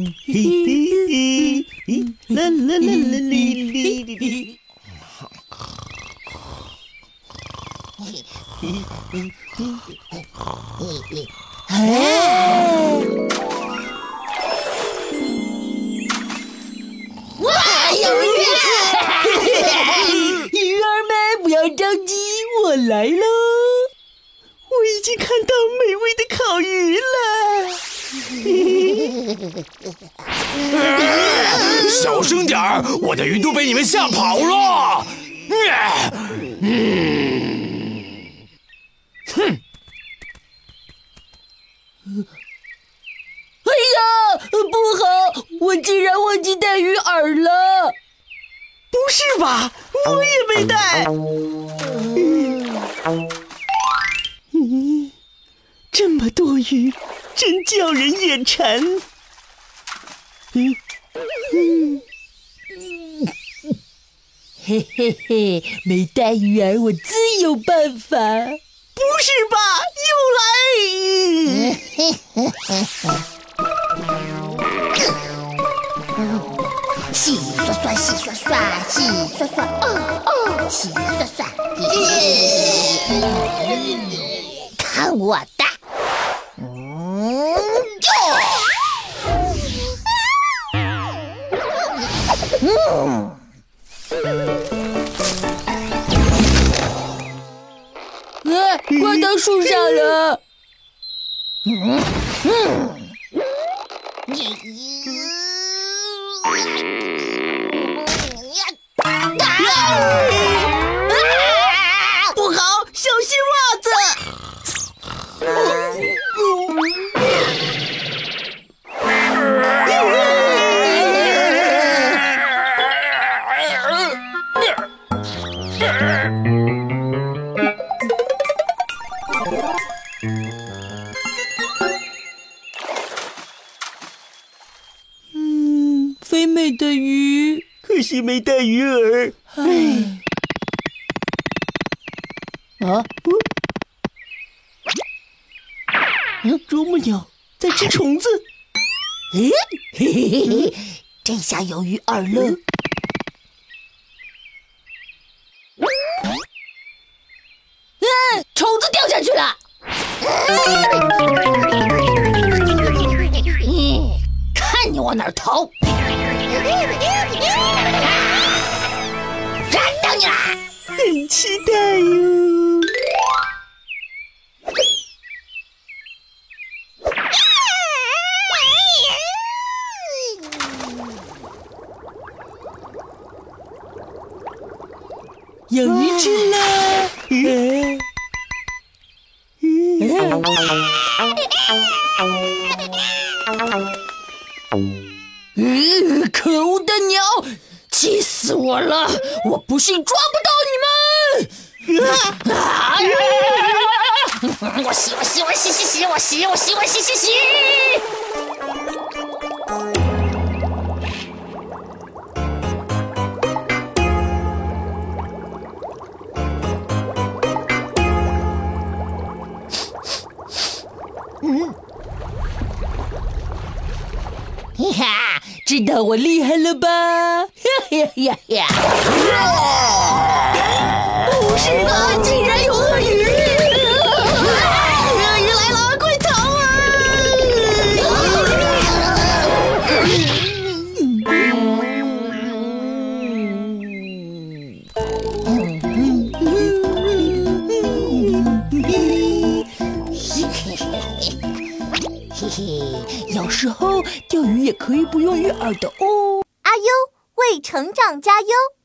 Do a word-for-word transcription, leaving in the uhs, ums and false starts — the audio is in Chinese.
啦啦啦啦哩哩哩。 哇，有鱼！鱼儿们不要着急，我来喽！ 我已经看到美味的烤鱼了。小声点儿，我的鱼都被你们吓跑了。嗯，哼。 哎呀，不好！我竟然忘记带鱼饵了。 不是吧？我也没带。嗯，这么多鱼，真叫人眼馋。嗯嗯，嘿嘿嘿，没带鱼饵，我自有办法。 不是吧？又来！ 洗刷刷，洗刷刷，洗刷刷，哦哦，洗刷刷，看我的！嗯，哟！嗯。 啊，挂到树上了！ 嗯嗯。 不好，小心袜子！ 嗯，肥美的鱼， 可惜没带鱼饵。 唉。啊， 嗯，啄木鸟在吃虫子。 嘿嘿嘿嘿，这下有鱼饵了。 嗯，虫子掉下去了。 嗯，看你往哪儿逃！抓到你啦！ 很期待哟。 有鱼吃了！嗯嗯，可恶的鸟，气死我了！我不信抓不到你们！啊！ 我洗我洗我洗洗洗我洗我洗我洗洗洗！ 嗯，呀，知道我厉害了吧？呀呀呀呀！ 不是吧？竟然有鳄鱼！鳄鱼来了，快逃啊！ 嘿嘿，有时候钓鱼也可以不用鱼饵的哦。 阿优为成长加油。